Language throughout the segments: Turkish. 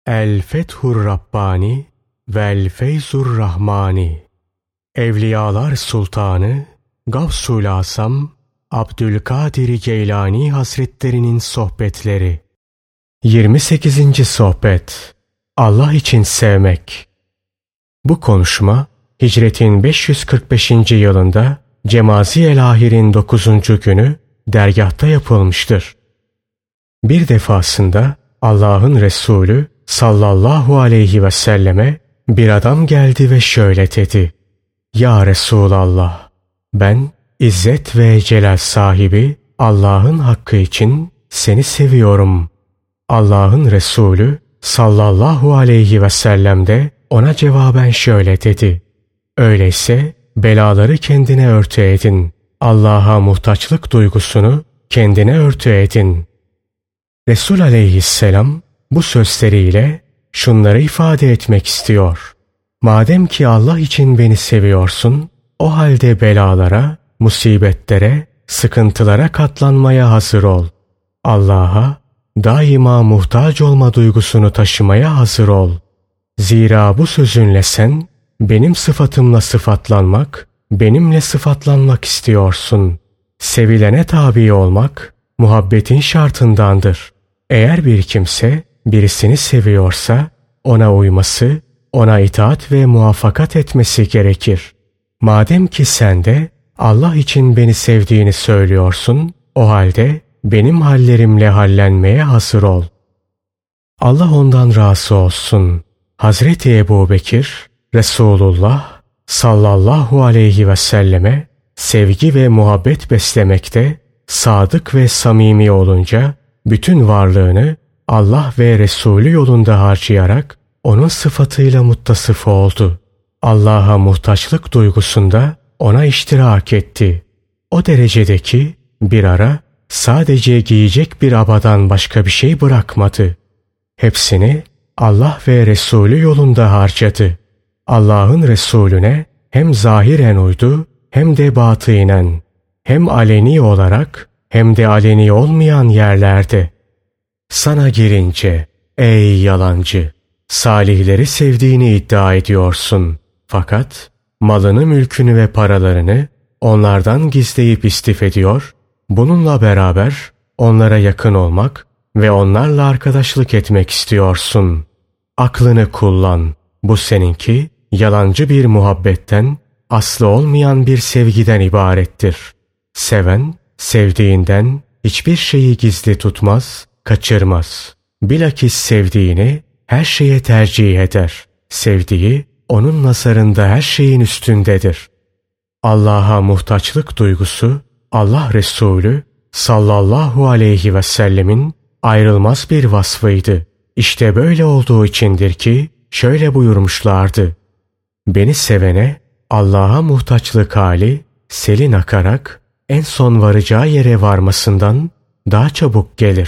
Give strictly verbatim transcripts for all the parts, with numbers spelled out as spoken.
El Fethur Rabbani vel Feyzur Rahmani. Evliyalar Sultanı Gavsul Asam Abdülkadir Geylani Hazretlerinin sohbetleri. yirmi sekizinci sohbet. Allah için sevmek. Bu konuşma Hicretin beş yüz kırk beşinci yılında Cemazi-el Ahir'in dokuzuncu günü dergâhta yapılmıştır. Bir defasında Allah'ın Resulü sallallahu aleyhi ve selleme bir adam geldi ve şöyle dedi: Ya Resulallah, ben İzzet ve Celal sahibi Allah'ın hakkı için seni seviyorum. Allah'ın Resulü sallallahu aleyhi ve sellem de ona cevaben şöyle dedi: Öyleyse belaları kendine örtü edin. Allah'a muhtaçlık duygusunu kendine örtü edin. Resul aleyhisselam bu sözleriyle şunları ifade etmek istiyor: Madem ki Allah için beni seviyorsun, o halde belalara, musibetlere, sıkıntılara katlanmaya hazır ol. Allah'a daima muhtaç olma duygusunu taşımaya hazır ol. Zira bu sözünle sen benim sıfatımla sıfatlanmak, benimle sıfatlanmak istiyorsun. Sevilene tabi olmak muhabbetin şartındandır. Eğer bir kimse birisini seviyorsa ona uyması, ona itaat ve muvaffakat etmesi gerekir. Madem ki sen de Allah için beni sevdiğini söylüyorsun, o halde benim hallerimle hallenmeye hazır ol. Allah ondan razı olsun. Hazreti Ebubekir, Resulullah sallallahu aleyhi ve selleme sevgi ve muhabbet beslemekte sadık ve samimi olunca bütün varlığını Allah ve Resulü yolunda harcayarak onun sıfatıyla muttasıf oldu. Allah'a muhtaçlık duygusunda ona iştirak etti. O derecede ki bir ara sadece giyecek bir abadan başka bir şey bırakmadı. Hepsini Allah ve Resulü yolunda harcadı. Allah'ın Resulüne hem zahiren uydu hem de batinen, hem aleni olarak hem de aleni olmayan yerlerde. Sana gelince, ey yalancı, salihleri sevdiğini iddia ediyorsun. Fakat malını, mülkünü ve paralarını onlardan gizleyip istif ediyor, bununla beraber onlara yakın olmak ve onlarla arkadaşlık etmek istiyorsun. Aklını kullan. Bu seninki yalancı bir muhabbetten, aslı olmayan bir sevgiden ibarettir. Seven, sevdiğinden hiçbir şeyi gizli tutmaz, kaçırmaz. Bilakis sevdiğini her şeye tercih eder. Sevdiği onun nazarında her şeyin üstündedir. Allah'a muhtaçlık duygusu Allah Resulü sallallahu aleyhi ve sellemin ayrılmaz bir vasfıydı. İşte böyle olduğu içindir ki şöyle buyurmuşlardı: Beni sevene Allah'a muhtaçlık hali selin akarak en son varacağı yere varmasından daha çabuk gelir.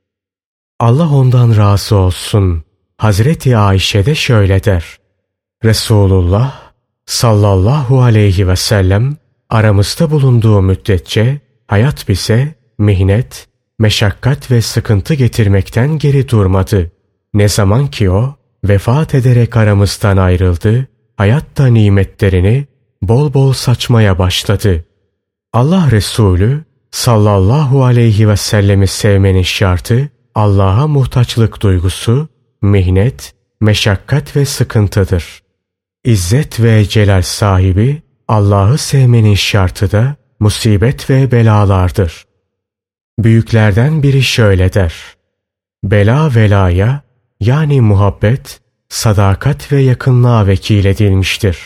Allah ondan razı olsun. Hazreti Ayşe de şöyle der: Resulullah sallallahu aleyhi ve sellem aramızda bulunduğu müddetçe hayat bize mihnet, meşakkat ve sıkıntı getirmekten geri durmadı. Ne zaman ki o vefat ederek aramızdan ayrıldı, hayat da nimetlerini bol bol saçmaya başladı. Allah Resulü sallallahu aleyhi ve sellemi sevmenin şartı Allah'a muhtaçlık duygusu, mihnet, meşakkat ve sıkıntıdır. İzzet ve celal sahibi Allah'ı sevmenin şartı da musibet ve belalardır. Büyüklerden biri şöyle der: Bela velaya, yani muhabbet, sadakat ve yakınlığa vekil edilmiştir.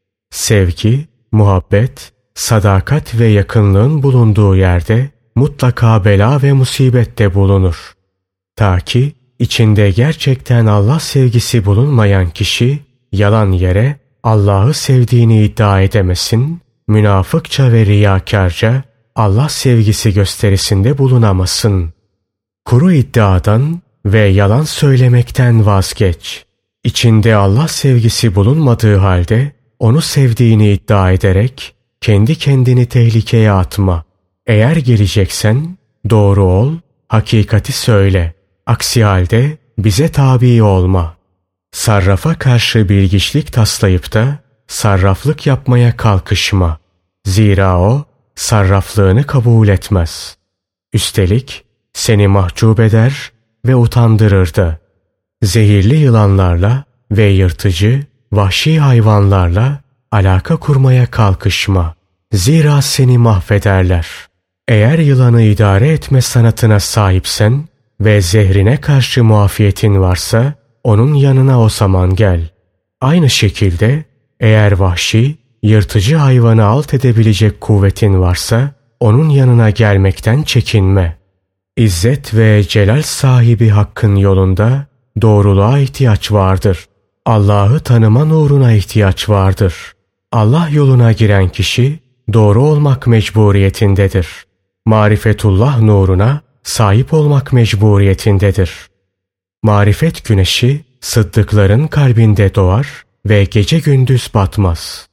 Sevgi, muhabbet, sadakat ve yakınlığın bulunduğu yerde mutlaka bela ve musibet de bulunur. Ta ki içinde gerçekten Allah sevgisi bulunmayan kişi yalan yere Allah'ı sevdiğini iddia edemesin, münafıkça ve riyakarca Allah sevgisi gösterisinde bulunamasın. Kuru iddiadan ve yalan söylemekten vazgeç. İçinde Allah sevgisi bulunmadığı halde onu sevdiğini iddia ederek kendi kendini tehlikeye atma. Eğer geleceksen doğru ol, hakikati söyle. Aksi halde bize tabi olma. Sarrafa karşı bilgiçlik taslayıp da sarraflık yapmaya kalkışma. Zira o sarraflığını kabul etmez. Üstelik seni mahcup eder ve utandırır da. Zehirli yılanlarla ve yırtıcı, vahşi hayvanlarla alaka kurmaya kalkışma. Zira seni mahvederler. Eğer yılanı idare etme sanatına sahipsen ve zehrine karşı muafiyetin varsa onun yanına o zaman gel. Aynı şekilde eğer vahşi, yırtıcı hayvanı alt edebilecek kuvvetin varsa onun yanına gelmekten çekinme. İzzet ve celal sahibi Hakk'ın yolunda doğruluğa ihtiyaç vardır. Allah'ı tanıma nuruna ihtiyaç vardır. Allah yoluna giren kişi doğru olmak mecburiyetindedir. Marifetullah nuruna sahip olmak mecburiyetindedir. Marifet güneşi sıddıkların kalbinde doğar ve gece gündüz batmaz.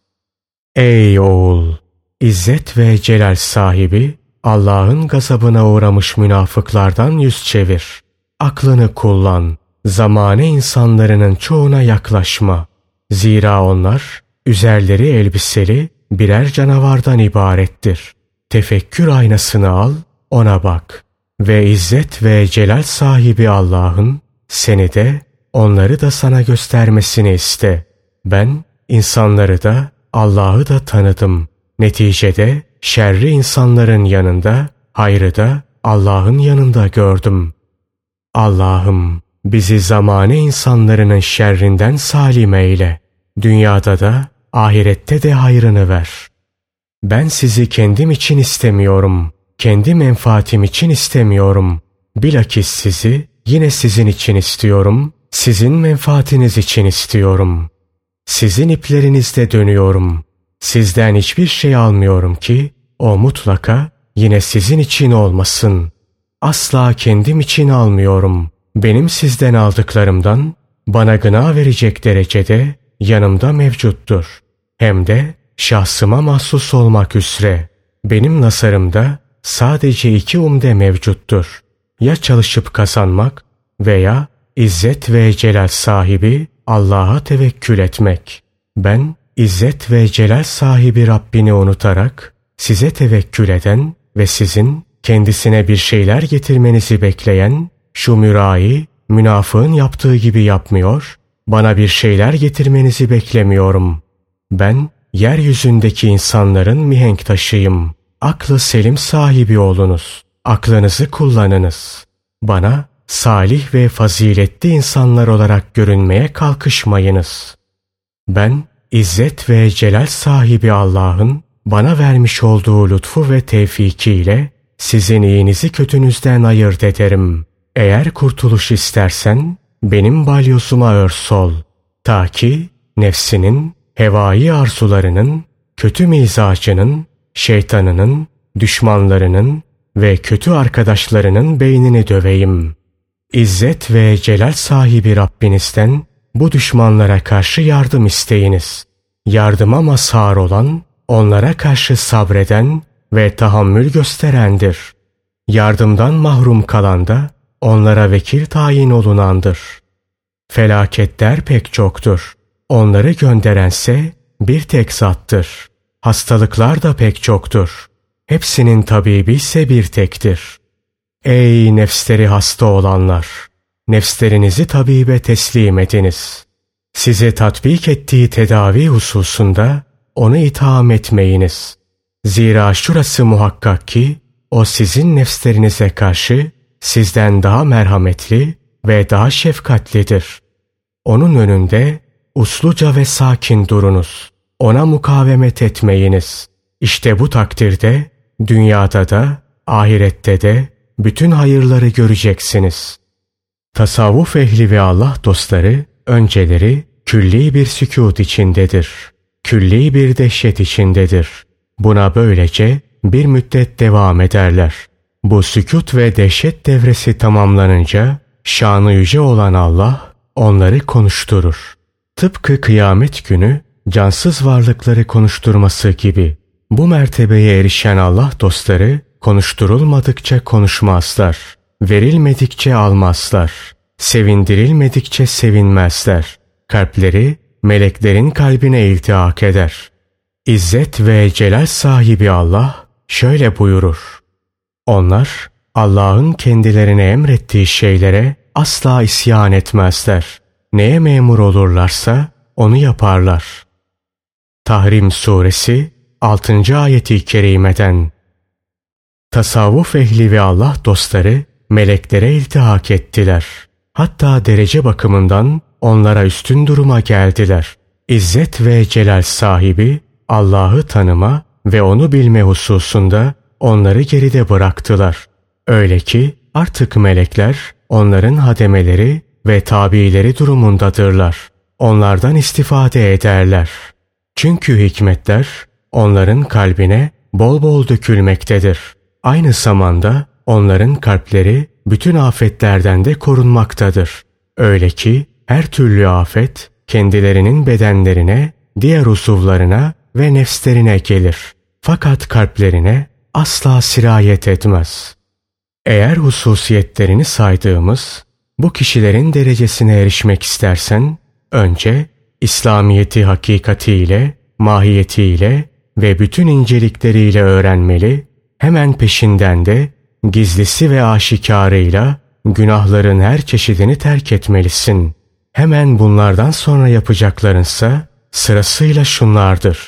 Ey oğul! İzzet ve celal sahibi Allah'ın gazabına uğramış münafıklardan yüz çevir. Aklını kullan. Zamane insanlarının çoğuna yaklaşma. Zira onlar üzerleri elbiseli birer canavardan ibarettir. Tefekkür aynasını al, ona bak. Ve izzet ve celal sahibi Allah'ın seni de onları da sana göstermesini iste. Ben insanları da Allah'ı da tanıdım. Neticede şerri insanların yanında, hayrı da Allah'ın yanında gördüm. Allah'ım bizi zamane insanlarının şerrinden salim eyle. Dünyada da ahirette de hayrını ver. Ben sizi kendim için istemiyorum. Kendi menfaatim için istemiyorum. Bilakis sizi yine sizin için istiyorum. Sizin menfaatiniz için istiyorum. Sizin iplerinizde dönüyorum. Sizden hiçbir şey almıyorum ki o mutlaka yine sizin için olmasın. Asla kendim için almıyorum. Benim sizden aldıklarımdan bana gına verecek derecede yanımda mevcuttur. Hem de şahsıma mahsus olmak üzere. Benim nasarımda sadece iki umde mevcuttur. Ya çalışıp kazanmak veya izzet ve celal sahibi Allah'a tevekkül etmek. Ben İzzet ve celal sahibi Rabbini unutarak size tevekkül eden ve sizin kendisine bir şeyler getirmenizi bekleyen şu mürai, münafığın yaptığı gibi yapmıyor, bana bir şeyler getirmenizi beklemiyorum. Ben yeryüzündeki insanların mihenk taşıyım. Aklı selim sahibi olunuz. Aklınızı kullanınız. Bana salih ve faziletli insanlar olarak görünmeye kalkışmayınız. Ben İzzet ve celal sahibi Allah'ın bana vermiş olduğu lütfu ve tevfikiyle sizin iyinizi kötünüzden ayırt ederim. Eğer kurtuluş istersen benim balyozuma örs ol. Ta ki nefsinin, hevai arzularının, kötü mizacının, şeytanının, düşmanlarının ve kötü arkadaşlarının beynini döveyim. İzzet ve celal sahibi Rabbinizden bu düşmanlara karşı yardım isteyiniz. Yardıma mazhar olan, onlara karşı sabreden ve tahammül gösterendir. Yardımdan mahrum kalan da onlara vekil tayin olunandır. Felaketler pek çoktur. Onları gönderense bir tek zattır. Hastalıklar da pek çoktur. Hepsinin tabibi ise bir tektir. Ey nefsleri hasta olanlar! Nefslerinizi tabibe teslim ediniz. Size tatbik ettiği tedavi hususunda onu itham etmeyiniz. Zira şurası muhakkak ki o sizin nefslerinize karşı sizden daha merhametli ve daha şefkatlidir. Onun önünde usluca ve sakin durunuz. Ona mukavemet etmeyiniz. İşte bu takdirde dünyada da ahirette de bütün hayırları göreceksiniz. Tasavvuf ehli ve Allah dostları önceleri külli bir sükût içindedir. Külli bir dehşet içindedir. Buna böylece bir müddet devam ederler. Bu sükût ve dehşet devresi tamamlanınca şanı yüce olan Allah onları konuşturur. Tıpkı kıyamet günü cansız varlıkları konuşturması gibi. Bu mertebeye erişen Allah dostları konuşturulmadıkça konuşmazlar. Verilmedikçe almazlar. Sevindirilmedikçe sevinmezler. Kalpleri meleklerin kalbine iltihak eder. İzzet ve celal sahibi Allah şöyle buyurur: onlar Allah'ın kendilerine emrettiği şeylere asla isyan etmezler. Neye memur olurlarsa onu yaparlar. Tahrim Suresi altıncı ayeti kerimeden. Tasavvuf ehli ve Allah dostları meleklere iltihak ettiler. Hatta derece bakımından onlara üstün duruma geldiler. İzzet ve celal sahibi Allah'ı tanıma ve onu bilme hususunda onları geride bıraktılar. Öyle ki artık melekler onların hademeleri ve tabiileri durumundadırlar. Onlardan istifade ederler. Çünkü hikmetler onların kalbine bol bol dökülmektedir. Aynı zamanda onların kalpleri bütün afetlerden de korunmaktadır. Öyle ki her türlü afet kendilerinin bedenlerine, diğer uzuvlarına ve nefslerine gelir. Fakat kalplerine asla sirayet etmez. Eğer hususiyetlerini saydığımız bu kişilerin derecesine erişmek istersen, önce İslamiyeti hakikatiyle, mahiyetiyle ve bütün incelikleriyle öğrenmeli, hemen peşinden de gizlisi ve aşikarıyla günahların her çeşidini terk etmelisin. Hemen bunlardan sonra yapacaklarınsa sırasıyla şunlardır: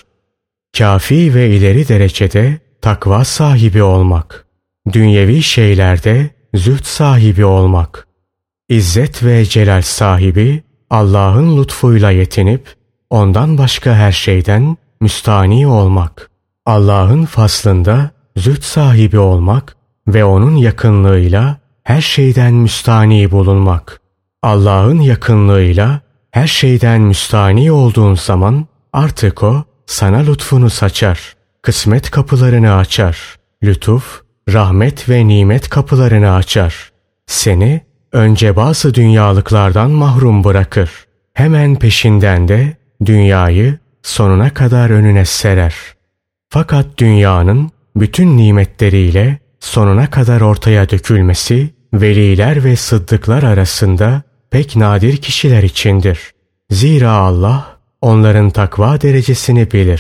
Kafi ve ileri derecede takva sahibi olmak, dünyevi şeylerde zühd sahibi olmak, İzzet ve celal sahibi Allah'ın lütfuyla yetinip ondan başka her şeyden müstani olmak, Allah'ın faslında zühd sahibi olmak ve onun yakınlığıyla her şeyden müstani bulunmak. Allah'ın yakınlığıyla her şeyden müstani olduğun zaman artık o sana lütfunu saçar, kısmet kapılarını açar, lütuf, rahmet ve nimet kapılarını açar. Seni önce bazı dünyalıklardan mahrum bırakır. Hemen peşinden de dünyayı sonuna kadar önüne serer. Fakat dünyanın bütün nimetleriyle sonuna kadar ortaya dökülmesi veliler ve sıddıklar arasında pek nadir kişiler içindir. Zira Allah onların takva derecesini bilir.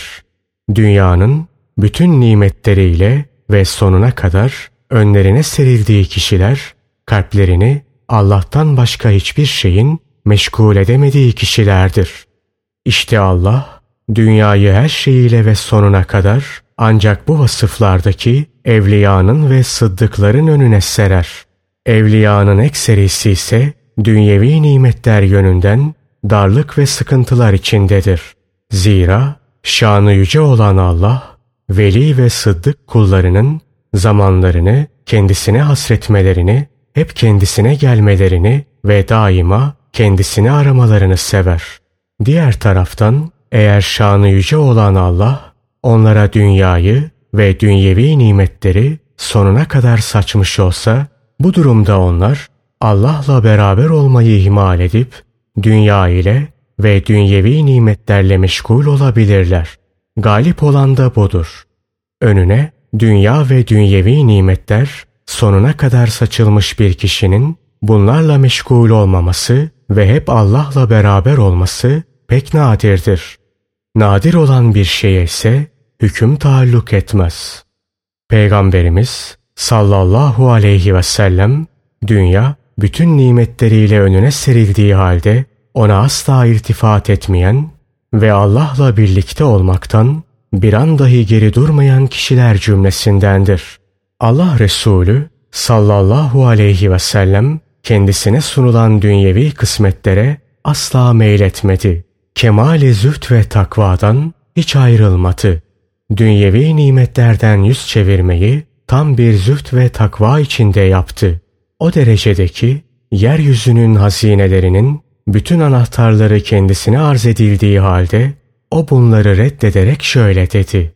Dünyanın bütün nimetleriyle ve sonuna kadar önlerine serildiği kişiler, kalplerini Allah'tan başka hiçbir şeyin meşgul edemediği kişilerdir. İşte Allah, dünyayı her şeyiyle ve sonuna kadar ancak bu vasıflardaki evliyanın ve sıddıkların önüne serer. Evliyanın ekserisi ise dünyevi nimetler yönünden darlık ve sıkıntılar içindedir. Zira şanı yüce olan Allah, veli ve sıddık kullarının zamanlarını kendisine hasretmelerini, hep kendisine gelmelerini ve daima kendisini aramalarını sever. Diğer taraftan eğer şanı yüce olan Allah onlara dünyayı ve dünyevi nimetleri sonuna kadar saçmış olsa, bu durumda onlar Allah'la beraber olmayı ihmal edip dünya ile ve dünyevi nimetlerle meşgul olabilirler. Galip olan da budur. Önüne dünya ve dünyevi nimetler sonuna kadar saçılmış bir kişinin bunlarla meşgul olmaması ve hep Allah'la beraber olması pek nadirdir. Nadir olan bir şeye ise hüküm taalluk etmez. Peygamberimiz sallallahu aleyhi ve sellem dünya bütün nimetleriyle önüne serildiği halde ona asla irtifat etmeyen ve Allah'la birlikte olmaktan bir an dahi geri durmayan kişiler cümlesindendir. Allah Resulü sallallahu aleyhi ve sellem kendisine sunulan dünyevi kısmetlere asla meyletmedi. Kemal-i zühd ve takvadan hiç ayrılmadı. Dünyevi nimetlerden yüz çevirmeyi tam bir zühd ve takva içinde yaptı. O derecedeki yeryüzünün hazinelerinin bütün anahtarları kendisine arz edildiği halde o bunları reddederek şöyle dedi: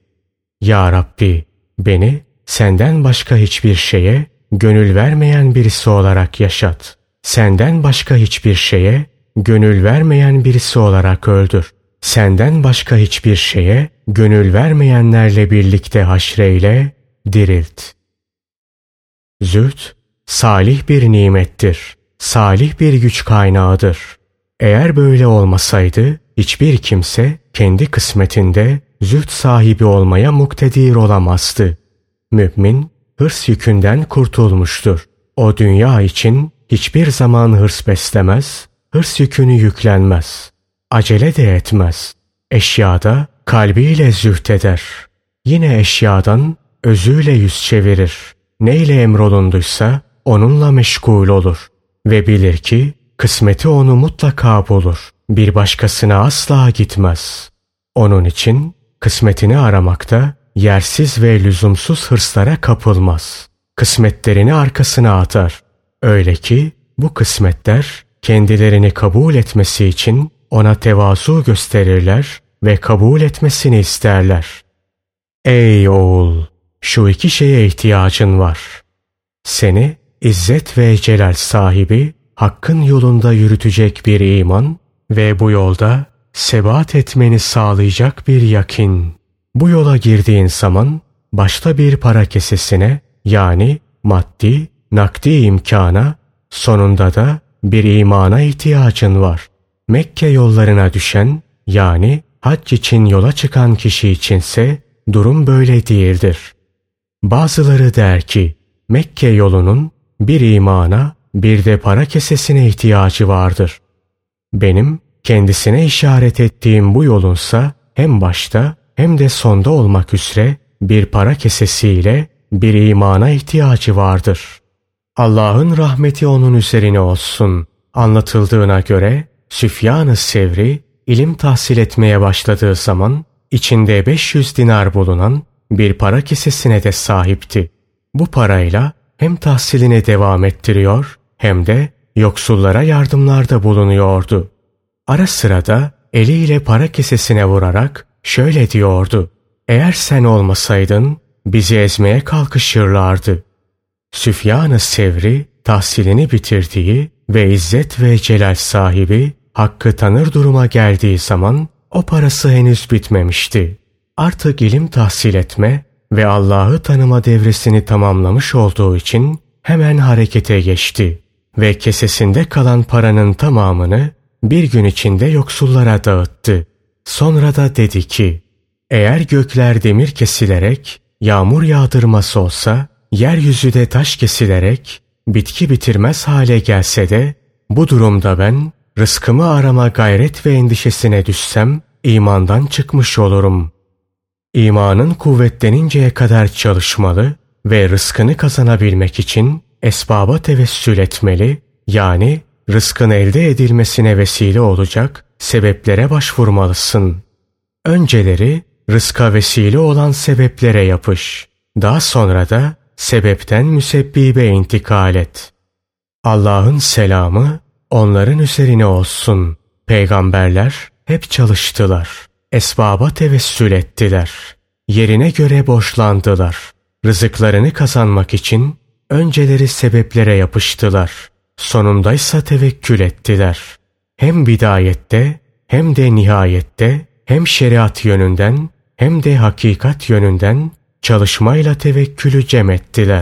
Ya Rabbi, beni senden başka hiçbir şeye gönül vermeyen birisi olarak yaşat. Senden başka hiçbir şeye gönül vermeyen birisi olarak öldür. Senden başka hiçbir şeye gönül vermeyenlerle birlikte haşreyle, dirilt. Zühd, salih bir nimettir. salih bir güç kaynağıdır. Eğer böyle olmasaydı hiçbir kimse kendi kısmetinde zühd sahibi olmaya muktedir olamazdı. Mümin hırs yükünden kurtulmuştur. O dünya için hiçbir zaman hırs beslemez, hırs yükünü yüklenmez. Acele de etmez. Eşyada kalbiyle zühd eder. Yine eşyadan özüyle yüz çevirir. Neyle emrolunduysa onunla meşgul olur. Ve bilir ki kısmeti onu mutlaka bulur. Bir başkasına asla gitmez. Onun için kısmetini aramakta yersiz ve lüzumsuz hırslara kapılmaz. Kısmetlerini arkasına atar. Öyle ki bu kısmetler kendilerini kabul etmesi için ona tevazu gösterirler ve kabul etmesini isterler. Ey oğul! Şu iki şeye ihtiyacın var. Seni izzet ve celal sahibi, hakkın yolunda yürütecek bir iman ve bu yolda sebat etmeni sağlayacak bir yakin. Bu yola girdiğin zaman başta bir para kesesine, yani maddi, nakdi imkana, sonunda da bir imana ihtiyacın var. Mekke yollarına düşen, yani hac için yola çıkan kişi içinse durum böyle değildir. Bazıları der ki Mekke yolunun bir imana, bir de para kesesine ihtiyacı vardır. Benim kendisine işaret ettiğim bu yolunsa hem başta hem de sonda olmak üzere bir para kesesiyle bir imana ihtiyacı vardır. Allah'ın rahmeti onun üzerine olsun. Anlatıldığına göre Süfyan-ı Sevri ilim tahsil etmeye başladığı zaman içinde beş yüz dinar bulunan bir para kesesine de sahipti. Bu parayla hem tahsiline devam ettiriyor hem de yoksullara yardımlarda bulunuyordu. Ara sıra da eliyle para kesesine vurarak şöyle diyordu: "Eğer sen olmasaydın bizi ezmeye kalkışırlardı." Süfyan-ı Sevri tahsilini bitirdiği ve izzet ve celal sahibi hakkı tanır duruma geldiği zaman o parası henüz bitmemişti. Artık ilim tahsil etme ve Allah'ı tanıma devresini tamamlamış olduğu için hemen harekete geçti ve kesesinde kalan paranın tamamını bir gün içinde yoksullara dağıttı. Sonra da dedi ki, eğer gökler demir kesilerek yağmur yağdırması olsa, yeryüzü de taş kesilerek bitki bitirmez hale gelse de, bu durumda ben rızkımı arama gayret ve endişesine düşsem imandan çıkmış olurum. İmanın kuvvetleninceye kadar çalışmalı ve rızkını kazanabilmek için esbaba tevessül etmeli, yani rızkın elde edilmesine vesile olacak sebeplere başvurmalısın. Önceleri rızka vesile olan sebeplere yapış. Daha sonra da sebepten müsebbibe intikal et. Allah'ın selamı onların üzerine olsun. Peygamberler hep çalıştılar. Esbaba tevessül ettiler. Yerine göre borçlandılar. Rızıklarını kazanmak için önceleri sebeplere yapıştılar. Sonundaysa tevekkül ettiler. Hem bidayette hem de nihayette hem şeriat yönünden hem de hakikat yönünden çalışmayla tevekkülü cem ettiler.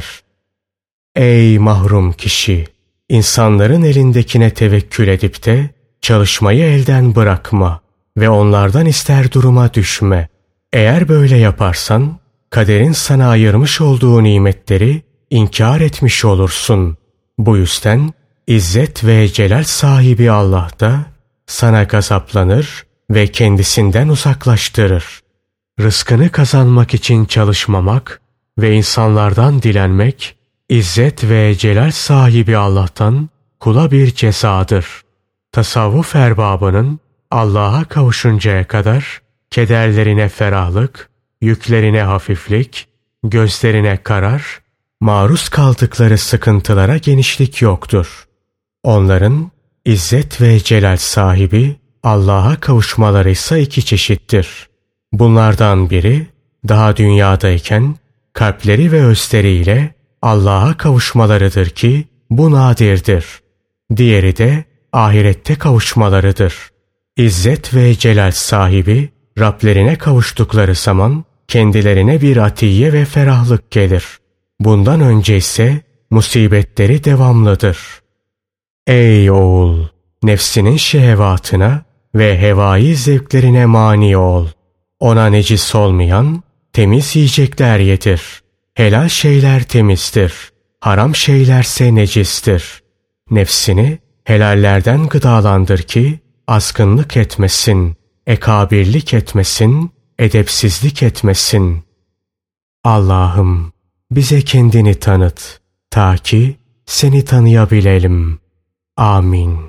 Ey mahrum kişi! İnsanların elindekine tevekkül edip de çalışmayı elden bırakma ve onlardan ister duruma düşme. Eğer böyle yaparsan kaderin sana ayırmış olduğu nimetleri inkar etmiş olursun. Bu yüzden İzzet ve celal sahibi Allah da sana gazaplanır ve kendisinden uzaklaştırır. Rızkını kazanmak için çalışmamak ve insanlardan dilenmek, İzzet ve celal sahibi Allah'tan kula bir cezadır. Tasavvuf erbabının Allah'a kavuşuncaya kadar kederlerine ferahlık, yüklerine hafiflik, gözlerine karar, maruz kaldıkları sıkıntılara genişlik yoktur. Onların İzzet ve celal sahibi Allah'a kavuşmaları ise iki çeşittir. Bunlardan biri daha dünyadayken kalpleri ve özleriyle Allah'a kavuşmalarıdır ki bu nadirdir. Diğeri de ahirette kavuşmalarıdır. İzzet ve celal sahibi Rablerine kavuştukları zaman kendilerine bir atiye ve ferahlık gelir. Bundan önce ise musibetleri devamlıdır. Ey oğul! Nefsinin şehvatına ve hevai zevklerine mani ol. Ona necis olmayan temiz yiyecekler yedir. Helal şeyler temizdir. Haram şeylerse necistir. Nefsini helallerden gıdalandır ki azgınlık etmesin, ekabirlik etmesin, edepsizlik etmesin. Allah'ım bize kendini tanıt ta ki seni tanıyabilelim. Amin.